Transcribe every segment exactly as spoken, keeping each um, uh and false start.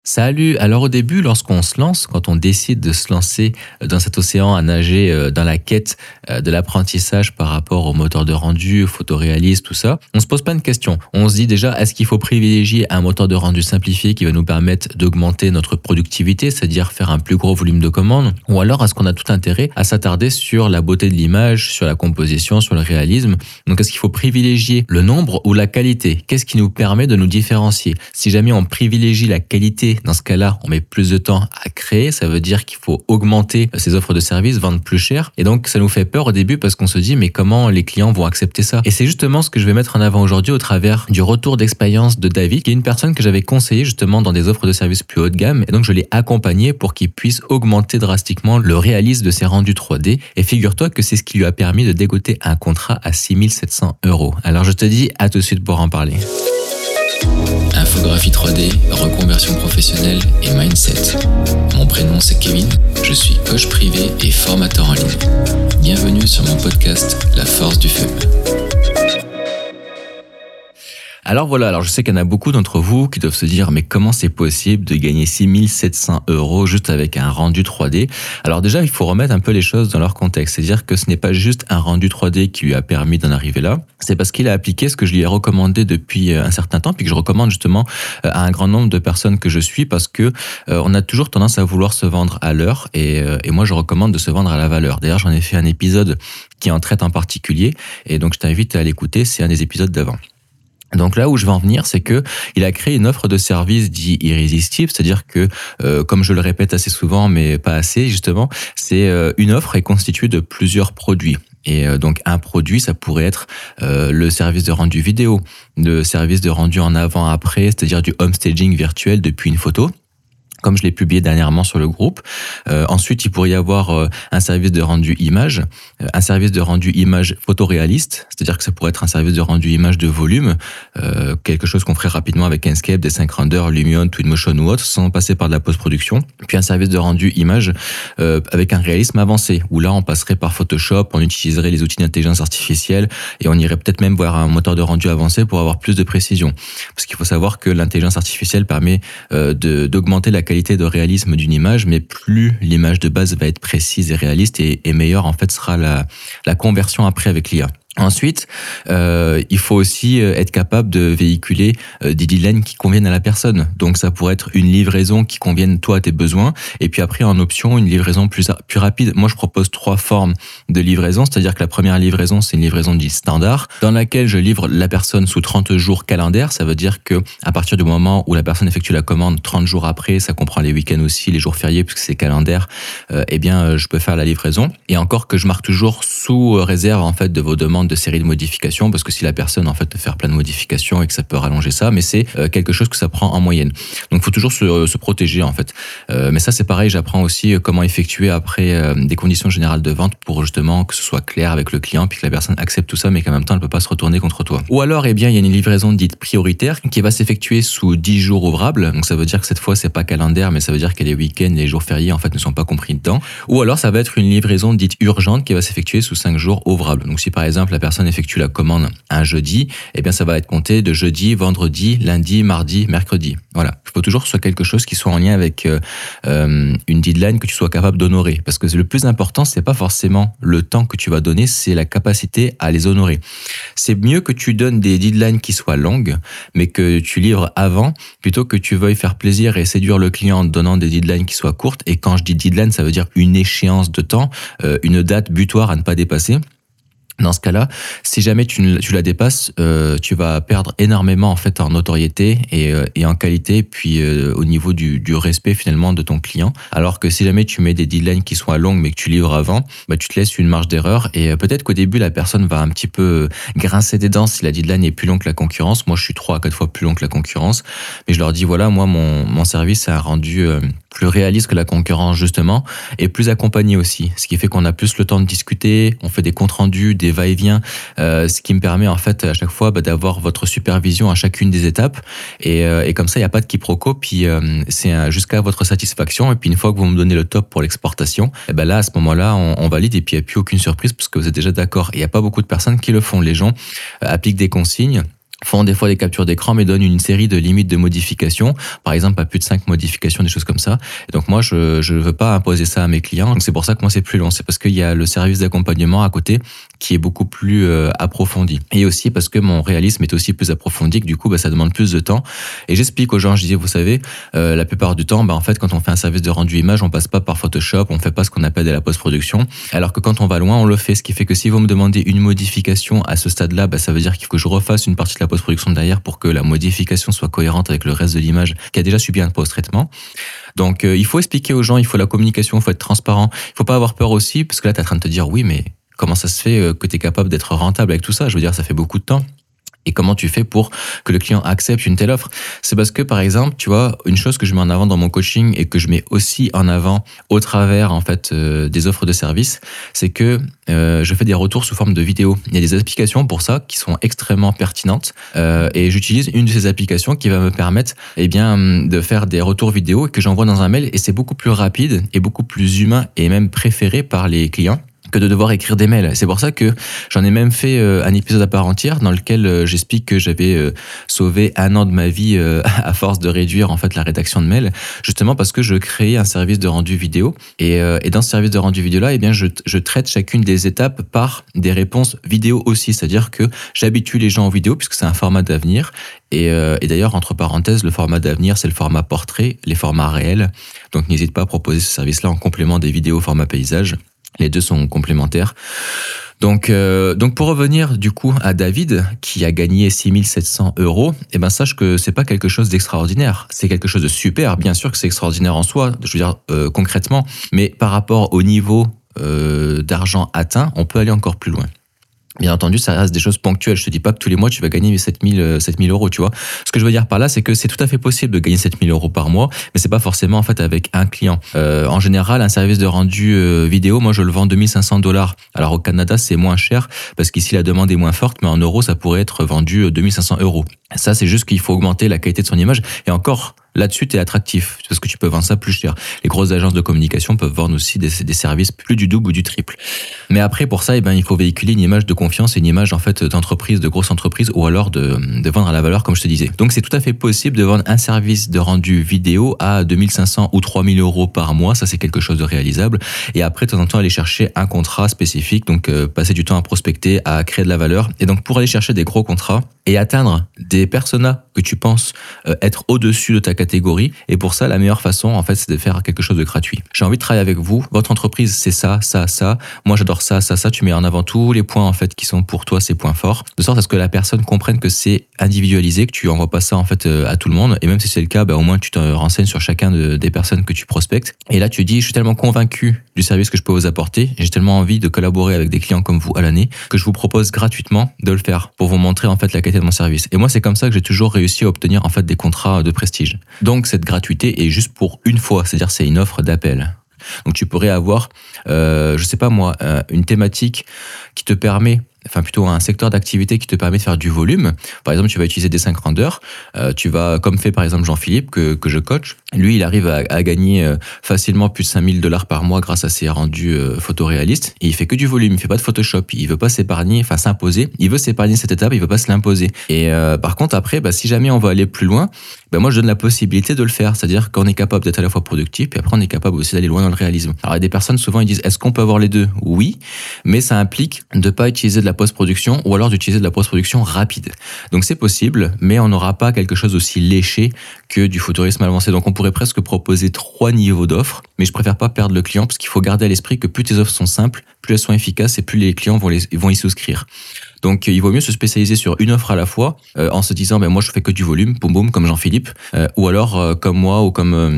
Salut! Alors au début, lorsqu'on se lance, quand on décide de se lancer dans cet océan à nager euh, dans la quête euh, de l'apprentissage par rapport au moteur de rendu, photoréaliste, tout ça, on se pose pas de questions. On se dit déjà, est-ce qu'il faut privilégier un moteur de rendu simplifié qui va nous permettre d'augmenter notre productivité, c'est-à-dire faire un plus gros volume de commandes, ou alors est-ce qu'on a tout intérêt à s'attarder sur la beauté de l'image, sur la composition, sur le réalisme? Donc est-ce qu'il faut privilégier le nombre ou la qualité? Qu'est-ce qui nous permet de nous différencier? Si jamais on privilégie la qualité, dans ce cas-là, on met plus de temps à créer. Ça veut dire qu'il faut augmenter ses offres de services, vendre plus cher. Et donc, ça nous fait peur au début parce qu'on se dit, mais comment les clients vont accepter ça? Et c'est justement ce que je vais mettre en avant aujourd'hui au travers du retour d'expérience de David, qui est une personne que j'avais conseillé justement dans des offres de services plus haut de gamme. Et donc, je l'ai accompagné pour qu'il puisse augmenter drastiquement le réalisme de ses rendus trois D. Et figure-toi que c'est ce qui lui a permis de dégoter un contrat à six mille sept cents euros. Alors, je te dis à tout de suite pour en parler. Infographie trois D, reconversion professionnelle et mindset. Mon prénom c'est Kevin, je suis coach privé et formateur en ligne. Bienvenue sur mon podcast La Force du Feu. Alors voilà, alors je sais qu'il y en a beaucoup d'entre vous qui doivent se dire mais comment c'est possible de gagner six mille sept cents euros juste avec un rendu trois D? Alors déjà, il faut remettre un peu les choses dans leur contexte, c'est-à-dire que ce n'est pas juste un rendu trois D qui lui a permis d'en arriver là, c'est parce qu'il a appliqué ce que je lui ai recommandé depuis un certain temps, puis que je recommande justement à un grand nombre de personnes que je suis, parce que euh, on a toujours tendance à vouloir se vendre à l'heure, et, euh, et moi je recommande de se vendre à la valeur. D'ailleurs, j'en ai fait un épisode qui en traite en particulier, et donc je t'invite à l'écouter, c'est un des épisodes d'avant. Donc là où je veux en venir, c'est que il a créé une offre de service dit irrésistible, c'est-à-dire que, euh, comme je le répète assez souvent, mais pas assez justement, c'est euh, une offre est constituée de plusieurs produits. Et euh, donc un produit, ça pourrait être euh, le service de rendu vidéo, le service de rendu en avant-après, c'est-à-dire du home staging virtuel depuis une photo, comme je l'ai publié dernièrement sur le groupe. Euh, ensuite, il pourrait y avoir euh, un service de rendu image, euh, un service de rendu image photoréaliste, c'est-à-dire que ça pourrait être un service de rendu image de volume, euh, quelque chose qu'on ferait rapidement avec Enscape, des cinq Render, Lumion, Twinmotion ou autre, sans passer par de la post-production. Puis un service de rendu image euh, avec un réalisme avancé, où là, on passerait par Photoshop, on utiliserait les outils d'intelligence artificielle et on irait peut-être même voir un moteur de rendu avancé pour avoir plus de précision. Parce qu'il faut savoir que l'intelligence artificielle permet euh, de, d'augmenter la qualité de réalisme d'une image, mais plus l'image de base va être précise et réaliste, et, et meilleure en fait sera la, la conversion après avec l'I A. Ensuite, euh, il faut aussi être capable de véhiculer euh, des deadlines qui conviennent à la personne. Donc ça pourrait être une livraison qui convienne toi à tes besoins, et puis après en option une livraison plus plus rapide. Moi je propose trois formes de livraison, c'est-à-dire que la première livraison c'est une livraison dite standard, dans laquelle je livre la personne sous trente jours calendaires. Ça veut dire que à partir du moment où la personne effectue la commande, trente jours après, ça comprend les week-ends aussi, les jours fériés puisque c'est calendaire, euh, eh bien je peux faire la livraison. Et encore que je marque toujours sous réserve en fait de vos demandes de série de modifications, parce que si la personne en fait peut faire plein de modifications et que ça peut rallonger ça, mais c'est euh, quelque chose que ça prend en moyenne. Donc il faut toujours se, se protéger en fait. Euh, mais ça c'est pareil, j'apprends aussi comment effectuer après euh, des conditions générales de vente pour justement que ce soit clair avec le client, puis que la personne accepte tout ça, mais qu'en même temps elle peut pas se retourner contre toi. Ou alors eh bien il y a une livraison dite prioritaire qui va s'effectuer sous dix jours ouvrables. Donc ça veut dire que cette fois c'est pas calendaire, mais ça veut dire que les week-ends, les jours fériés en fait ne sont pas compris dedans. Ou alors ça va être une livraison dite urgente qui va s'effectuer sous cinq jours ouvrables. Donc si par exemple la personne effectue la commande un jeudi, eh bien ça va être compté de jeudi, vendredi, lundi, mardi, mercredi. Voilà. Il faut toujours que ce soit quelque chose qui soit en lien avec euh, une deadline que tu sois capable d'honorer. Parce que le plus important, c'est pas forcément le temps que tu vas donner, c'est la capacité à les honorer. C'est mieux que tu donnes des deadlines qui soient longues, mais que tu livres avant, plutôt que tu veuilles faire plaisir et séduire le client en donnant des deadlines qui soient courtes. Et quand je dis deadline, ça veut dire une échéance de temps, euh, une date butoir à ne pas dépasser. Dans ce cas-là, si jamais tu, tu la dépasses, euh, tu vas perdre énormément en fait en notoriété et, euh, et en qualité, puis euh, au niveau du, du respect finalement de ton client. Alors que si jamais tu mets des deadlines qui soient longues mais que tu livres avant, bah tu te laisses une marge d'erreur, et euh, peut-être qu'au début la personne va un petit peu grincer des dents si la deadline est plus longue que la concurrence. Moi je suis trois à quatre fois plus long que la concurrence, mais je leur dis voilà, moi mon, mon service a un rendu euh, plus réaliste que la concurrence justement, et plus accompagné aussi, ce qui fait qu'on a plus le temps de discuter, on fait des comptes rendus, des va-et-vient, euh, ce qui me permet en fait à chaque fois bah, d'avoir votre supervision à chacune des étapes, et, euh, et comme ça il n'y a pas de quiproquo, puis euh, c'est un, jusqu'à votre satisfaction, et puis une fois que vous me donnez le top pour l'exportation, et ben là à ce moment-là on, on valide, et puis il n'y a plus aucune surprise parce que vous êtes déjà d'accord. Il n'y a pas beaucoup de personnes qui le font, les gens euh, appliquent des consignes, font des fois des captures d'écran, mais donnent une série de limites de modifications. Par exemple, pas plus de cinq modifications, des choses comme ça. Et donc moi, je je veux pas imposer ça à mes clients. Donc c'est pour ça que moi, c'est plus long. C'est parce qu'il y a le service d'accompagnement à côté qui est beaucoup plus euh, approfondi. Et aussi parce que mon réalisme est aussi plus approfondi, que du coup, bah, ça demande plus de temps. Et j'explique aux gens, je disais, vous savez, euh, la plupart du temps, bah, en fait, quand on fait un service de rendu image, on passe pas par Photoshop, on fait pas ce qu'on appelle de la post-production. Alors que quand on va loin, on le fait. Ce qui fait que si vous me demandez une modification à ce stade-là, bah, ça veut dire qu'il faut que je refasse une partie de la post-production derrière pour que la modification soit cohérente avec le reste de l'image qui a déjà subi un post-traitement. Donc, euh, il faut expliquer aux gens, il faut la communication, il faut être transparent. Il faut pas avoir peur aussi, parce que là, tu es en train de te dire, oui, mais comment ça se fait que tu es capable d'être rentable avec tout ça? Je veux dire, ça fait beaucoup de temps. Et comment tu fais pour que le client accepte une telle offre? C'est parce que, par exemple, tu vois, une chose que je mets en avant dans mon coaching et que je mets aussi en avant au travers, en fait, euh, des offres de services, c'est que euh, je fais des retours sous forme de vidéo. Il y a des applications pour ça qui sont extrêmement pertinentes euh, et j'utilise une de ces applications qui va me permettre, eh bien, de faire des retours vidéo que j'envoie dans un mail et c'est beaucoup plus rapide et beaucoup plus humain et même préféré par les clients que de devoir écrire des mails. C'est pour ça que j'en ai même fait un épisode à part entière dans lequel j'explique que j'avais sauvé un an de ma vie à force de réduire en fait la rédaction de mails, justement parce que je créais un service de rendu vidéo et, et dans ce service de rendu vidéo là, eh bien je, je traite chacune des étapes par des réponses vidéo aussi, c'est-à-dire que j'habitue les gens en vidéo puisque c'est un format d'avenir et, et d'ailleurs entre parenthèses le format d'avenir c'est le format portrait, les formats réels, donc n'hésite pas à proposer ce service-là en complément des vidéos format paysage. Les deux sont complémentaires. Donc, euh, donc pour revenir du coup à David qui a gagné six mille sept cents euros, eh ben sache que c'est pas quelque chose d'extraordinaire. C'est quelque chose de super. Bien sûr que c'est extraordinaire en soi, je veux dire euh, concrètement, mais par rapport au niveau euh, d'argent atteint, on peut aller encore plus loin. Bien entendu, ça reste des choses ponctuelles. Je te dis pas que tous les mois, tu vas gagner sept mille euros, tu vois. Ce que je veux dire par là, c'est que c'est tout à fait possible de gagner sept mille euros par mois, mais c'est pas forcément, en fait, avec un client. Euh, en général, un service de rendu euh, vidéo, moi, je le vends deux mille cinq cents dollars. Alors, au Canada, c'est moins cher parce qu'ici, la demande est moins forte, mais en euros, ça pourrait être vendu deux mille cinq cents euros. Ça, c'est juste qu'il faut augmenter la qualité de son image. Et encore, là-dessus, tu es attractif parce que tu peux vendre ça plus cher. Les grosses agences de communication peuvent vendre aussi des, des services plus du double ou du triple. Mais après, pour ça, eh ben, il faut véhiculer une image de confiance et une image en fait d'entreprise, de grosse entreprise, ou alors de, de vendre à la valeur, comme je te disais. Donc, c'est tout à fait possible de vendre un service de rendu vidéo à deux mille cinq cents ou trois mille euros par mois. Ça, c'est quelque chose de réalisable. Et après, de temps en temps, aller chercher un contrat spécifique. Donc, euh, passer du temps à prospecter, à créer de la valeur. Et donc, pour aller chercher des gros contrats et atteindre des personas que tu penses euh, être au-dessus de ta catégorie. Et pour ça, la meilleure façon, en fait, c'est de faire quelque chose de gratuit. J'ai envie de travailler avec vous. Votre entreprise, c'est ça, ça, ça. Moi, j'adore ça, ça, ça. Tu mets en avant tous les points, en fait, qui sont pour toi ces points forts, de sorte à ce que la personne comprenne que c'est individualisé, que tu envoies pas ça, en fait, à tout le monde. Et même si c'est le cas, bah, au moins, tu te renseignes sur chacun de, des personnes que tu prospectes. Et là, tu dis, je suis tellement convaincu du service que je peux vous apporter. J'ai tellement envie de collaborer avec des clients comme vous à l'année que je vous propose gratuitement de le faire pour vous montrer, en fait, la qualité de mon service. Et moi, c'est comme ça que j'ai toujours réussi à obtenir, en fait, des contrats de prestige. Donc, cette gratuité est juste pour une fois, c'est-à-dire c'est une offre d'appel. Donc tu pourrais avoir, euh, je sais pas moi, euh, une thématique qui te permet, enfin plutôt un secteur d'activité qui te permet de faire du volume. Par exemple, tu vas utiliser des cinq rendeurs, euh, tu vas, comme fait par exemple Jean-Philippe que que je coach, lui il arrive à, à gagner euh, facilement plus de cinq mille dollars par mois grâce à ses rendus euh, photoréalistes. Et il fait que du volume, il fait pas de Photoshop, il veut pas s'épargner, enfin s'imposer, il veut s'épargner cette étape, il veut pas se l'imposer. Et euh, par contre après, bah, si jamais on veut aller plus loin, ben moi je donne la possibilité de le faire, c'est-à-dire qu'on est capable d'être à la fois productif, puis après on est capable aussi d'aller loin dans le réalisme. Alors il y a des personnes souvent ils disent est-ce qu'on peut avoir les deux? Oui, mais ça implique de pas utiliser de la post-production ou alors d'utiliser de la post-production rapide. Donc c'est possible, mais on n'aura pas quelque chose aussi léché que du photoréalisme avancé. Donc on pourrait presque proposer trois niveaux d'offres, mais je préfère pas perdre le client parce qu'il faut garder à l'esprit que plus tes offres sont simples, plus elles sont efficaces et plus les clients vont, les, vont y souscrire. Donc il vaut mieux se spécialiser sur une offre à la fois euh, en se disant ben moi je fais que du volume, boum boum comme Jean-Philippe, euh, ou alors euh, comme moi ou comme euh,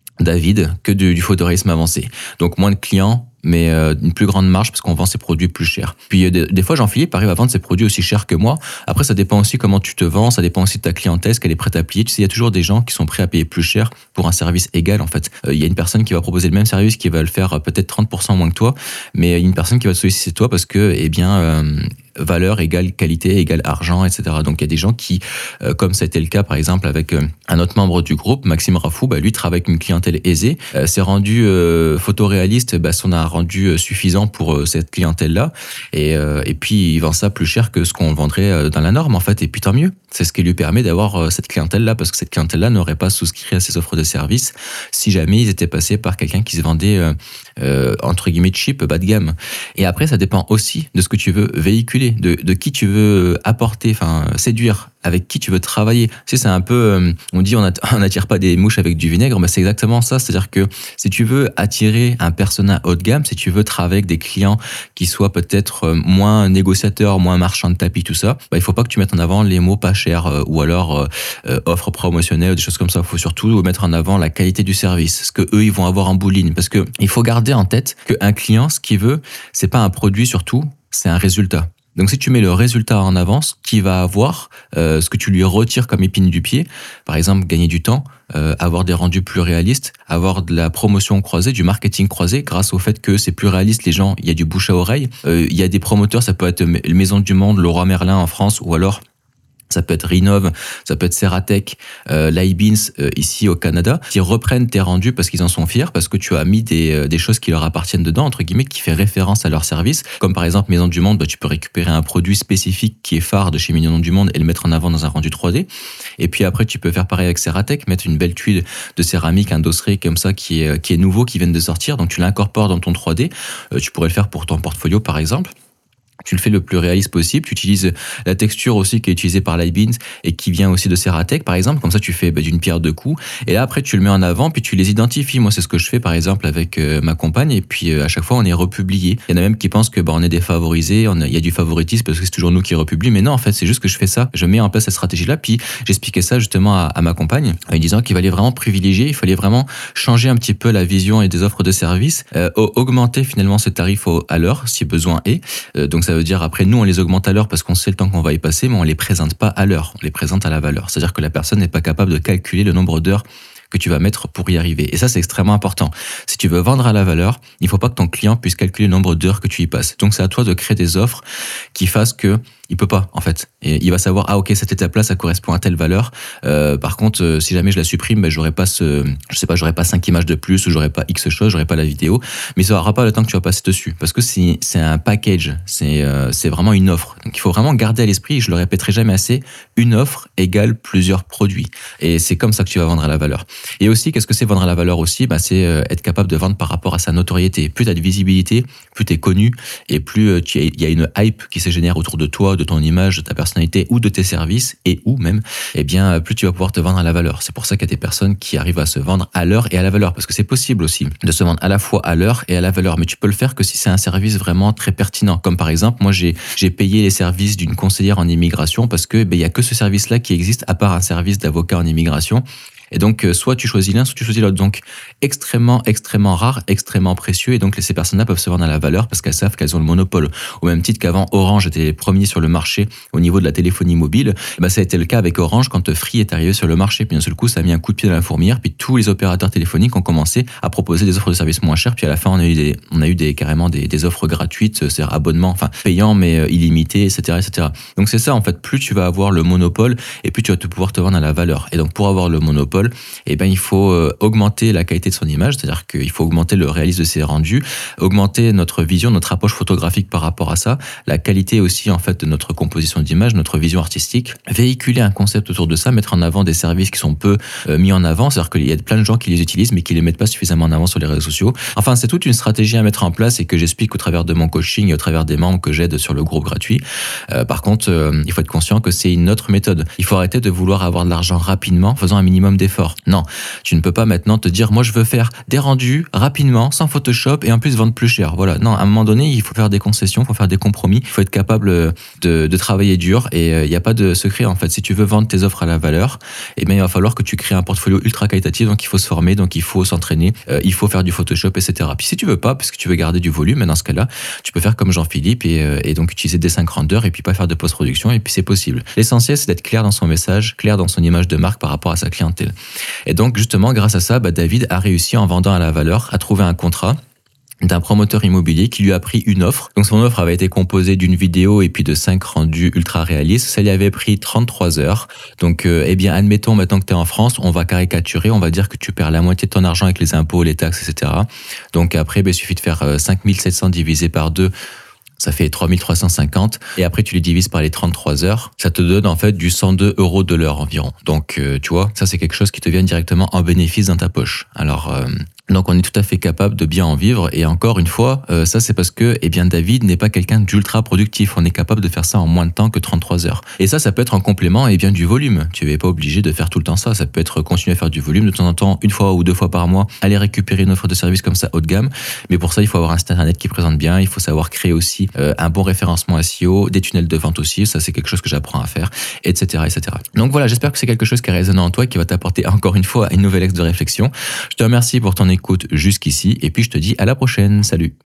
David que du, du photoréalisme avancé. Donc moins de clients, mais euh, une plus grande marge parce qu'on vend ses produits plus chers. Puis euh, des, des fois Jean-Philippe arrive à vendre ses produits aussi chers que moi. Après ça dépend aussi comment tu te vends, ça dépend aussi de ta clientèle, ce qu'elle est prête à payer. Tu sais, il y a toujours des gens qui sont prêts à payer plus cher pour un service égal en fait. Il euh, y a une personne qui va proposer le même service qui va le faire euh, peut-être trente pour cent moins que toi, mais il y a une personne qui va te solliciter toi parce que eh bien euh, valeur égale qualité égale argent, et cetera. Donc il y a des gens qui, euh, comme ça a été le cas par exemple avec euh, un autre membre du groupe, Maxime Rafou, bah, lui travaille avec une clientèle aisée, euh, s'est rendu euh, photoréaliste, bah, son a rendu suffisant pour euh, cette clientèle-là, et, euh, et puis il vend ça plus cher que ce qu'on vendrait euh, dans la norme en fait, et puis tant mieux. C'est ce qui lui permet d'avoir cette clientèle-là, parce que cette clientèle-là n'aurait pas souscrit à ces offres de services si jamais ils étaient passés par quelqu'un qui se vendait euh, euh, entre guillemets cheap, bas de gamme. Et après, ça dépend aussi de ce que tu veux véhiculer, de, de qui tu veux apporter, enfin séduire, avec qui tu veux travailler. Tu sais, c'est un peu, euh, on dit on n'attire pas des mouches avec du vinaigre, mais c'est exactement ça. C'est-à-dire que si tu veux attirer un persona haut de gamme, si tu veux travailler avec des clients qui soient peut-être moins négociateurs, moins marchands de tapis, tout ça, bah, il faut pas que tu mettes en avant les mots pas chers euh, ou alors euh, offres promotionnelles, des choses comme ça. Il faut surtout mettre en avant la qualité du service, ce que eux ils vont avoir en bout de ligne, parce que il faut garder en tête qu'un client, ce qu'il veut, c'est pas un produit surtout, c'est un résultat. Donc si tu mets le résultat en avance, qui va avoir euh, ce que tu lui retires comme épine du pied, par exemple gagner du temps, euh, avoir des rendus plus réalistes, avoir de la promotion croisée, du marketing croisé, grâce au fait que c'est plus réaliste, les gens, il y a du bouche à oreille, euh, il y a des promoteurs, ça peut être Maison du Monde, Leroy Merlin en France, ou alors ça peut être Rinov, ça peut être Ceratec, euh, Leibniz euh, ici au Canada, qui reprennent tes rendus parce qu'ils en sont fiers, parce que tu as mis des, euh, des choses qui leur appartiennent dedans, entre guillemets, qui fait référence à leur service. Comme par exemple Maison du Monde, bah, tu peux récupérer un produit spécifique qui est phare de chez Maison du Monde et le mettre en avant dans un rendu trois D. Et puis après, tu peux faire pareil avec Ceratec, mettre une belle tuile de céramique, un dosseret comme ça qui est, qui est nouveau, qui vient de sortir, donc tu l'incorpores dans ton trois D. Euh, tu pourrais le faire pour ton portfolio par exemple. Tu le fais le plus réaliste possible. Tu utilises la texture aussi qui est utilisée par Leibniz et qui vient aussi de Ceratec, par exemple. Comme ça, tu fais bah, d'une pierre deux coups. Et là, après, tu le mets en avant, puis tu les identifies. Moi, c'est ce que je fais, par exemple, avec euh, ma compagne. Et puis, euh, à chaque fois, on est republié. Il y en a même qui pensent que bah, on est défavorisé, on a, il y a du favoritisme parce que c'est toujours nous qui republions. Mais non, en fait, c'est juste que je fais ça. Je mets en place cette stratégie-là. Puis, j'expliquais ça justement à, à ma compagne, en lui disant qu'il fallait vraiment privilégier, il fallait vraiment changer un petit peu la vision et des offres de services, euh, augmenter finalement ce tarif au, à l'heure, si besoin est. Euh, donc, ça veut dire après, nous, on les augmente à l'heure parce qu'on sait le temps qu'on va y passer, mais on les présente pas à l'heure, on les présente à la valeur. C'est-à-dire que la personne n'est pas capable de calculer le nombre d'heures que tu vas mettre pour y arriver. Et ça, c'est extrêmement important. Si tu veux vendre à la valeur, il faut pas que ton client puisse calculer le nombre d'heures que tu y passes. Donc, c'est à toi de créer des offres qui fassent que il peut pas, en fait. Et il va savoir, ah, ok, cette étape-là, ça correspond à telle valeur. Euh, par contre, euh, si jamais je la supprime, ben, j'aurai pas ce, je sais pas, j'aurai pas cinq images de plus, ou j'aurai pas X chose, j'aurai pas la vidéo. Mais ça aura pas le temps que tu vas passer dessus. Parce que c'est, c'est un package. C'est, euh, c'est vraiment une offre. Donc, il faut vraiment garder à l'esprit, et je le répéterai jamais assez, une offre égale plusieurs produits. Et c'est comme ça que tu vas vendre à la valeur. Et aussi, qu'est-ce que c'est vendre à la valeur aussi? Ben, c'est euh, être capable de vendre par rapport à sa notoriété. Plus tu as de visibilité, plus tu es connu, et plus euh, il y a une hype qui se génère autour de toi, de ton image, de ta personnalité ou de tes services, et ou même, eh bien, plus tu vas pouvoir te vendre à la valeur. C'est pour ça qu'il y a des personnes qui arrivent à se vendre à l'heure et à la valeur, parce que c'est possible aussi de se vendre à la fois à l'heure et à la valeur, mais tu peux le faire que si c'est un service vraiment très pertinent. Comme par exemple, moi, j'ai, j'ai payé les services d'une conseillère en immigration parce que, ben, il y a que ce service-là qui existe, à part un service d'avocat en immigration. Et donc, soit tu choisis l'un, soit tu choisis l'autre. Donc, extrêmement, extrêmement rare, extrêmement précieux. Et donc, ces personnes-là peuvent se vendre à la valeur parce qu'elles savent qu'elles ont le monopole. Au même titre qu'avant, Orange était les premiers sur le marché au niveau de la téléphonie mobile. Ben, ça a été le cas avec Orange quand Free est arrivé sur le marché. Puis d'un seul coup, ça a mis un coup de pied dans la fourmilière. Puis tous les opérateurs téléphoniques ont commencé à proposer des offres de services moins chères. Puis à la fin, on a eu des, on a eu des, carrément des, des offres gratuites, c'est-à-dire abonnements, enfin, payants, mais illimités, et cetera, et cetera. Donc, c'est ça, en fait. Plus tu vas avoir le monopole et plus tu vas te pouvoir te vendre à la valeur. Et donc, pour avoir le monopole, eh ben, il faut augmenter la qualité de son image, c'est-à-dire qu'il faut augmenter le réalisme de ses rendus, augmenter notre vision, notre approche photographique par rapport à ça, la qualité aussi, en fait, de notre composition d'image, notre vision artistique, véhiculer un concept autour de ça, mettre en avant des services qui sont peu euh, mis en avant, c'est-à-dire qu'il y a plein de gens qui les utilisent, mais qui les mettent pas suffisamment en avant sur les réseaux sociaux. Enfin, c'est toute une stratégie à mettre en place et que j'explique au travers de mon coaching et au travers des membres que j'aide sur le groupe gratuit. Euh, par contre, euh, il faut être conscient que c'est une autre méthode. Il faut arrêter de vouloir avoir de l'argent rapidement en faisant un minimum d'efforts. Non, tu ne peux pas maintenant te dire, moi je veux faire des rendus rapidement, sans Photoshop et en plus vendre plus cher. Voilà. Non, à un moment donné, il faut faire des concessions, il faut faire des compromis, il faut être capable de, de travailler dur et il euh, n'y a pas de secret en fait. Si tu veux vendre tes offres à la valeur, eh bien, il va falloir que tu crées un portfolio ultra qualitatif, donc il faut se former, donc il faut s'entraîner, euh, il faut faire du Photoshop, et cetera. Puis si tu veux pas, parce que tu veux garder du volume, dans ce cas-là, tu peux faire comme Jean-Philippe et, euh, et donc utiliser des cinq rendeurs et puis pas faire de post-production et puis c'est possible. L'essentiel, c'est d'être clair dans son message, clair dans son image de marque par rapport à sa clientèle. Et donc, justement, grâce à ça, bah, David a réussi en vendant à la valeur à trouver un contrat d'un promoteur immobilier qui lui a pris une offre. Donc son offre avait été composée d'une vidéo et puis de cinq rendus ultra réalistes. Ça lui avait pris trente-trois heures. Donc euh, eh bien admettons maintenant que tu es en France, on va caricaturer, on va dire que tu perds la moitié de ton argent avec les impôts, les taxes, et cetera. Donc après, bah, il suffit de faire euh, cinq mille sept cents divisé par deux. ça fait trois mille trois cent cinquante, et après tu les divises par les trente-trois heures, ça te donne en fait du cent deux euros de l'heure environ. Donc euh, tu vois, ça c'est quelque chose qui te vient directement en bénéfice dans ta poche. Alors euh, donc on est tout à fait capable de bien en vivre, et encore une fois, euh, ça c'est parce que eh bien David n'est pas quelqu'un d'ultra productif. On est capable de faire ça en moins de temps que trente-trois heures. Et ça, ça peut être en complément eh bien du volume. Tu n'es pas obligé de faire tout le temps ça. Ça peut être continuer à faire du volume de temps en temps, une fois ou deux fois par mois, aller récupérer une offre de service comme ça haut de gamme. Mais pour ça, il faut avoir un site internet qui présente bien. Il faut savoir créer aussi euh, un bon référencement S E O, des tunnels de vente aussi. Ça, c'est quelque chose que j'apprends à faire, et cetera, et cetera. Donc voilà, j'espère que c'est quelque chose qui est résonnant en toi et qui va t'apporter encore une fois une nouvelle axe de réflexion. Je te remercie pour ton écoute jusqu'ici et puis je te dis à la prochaine. Salut!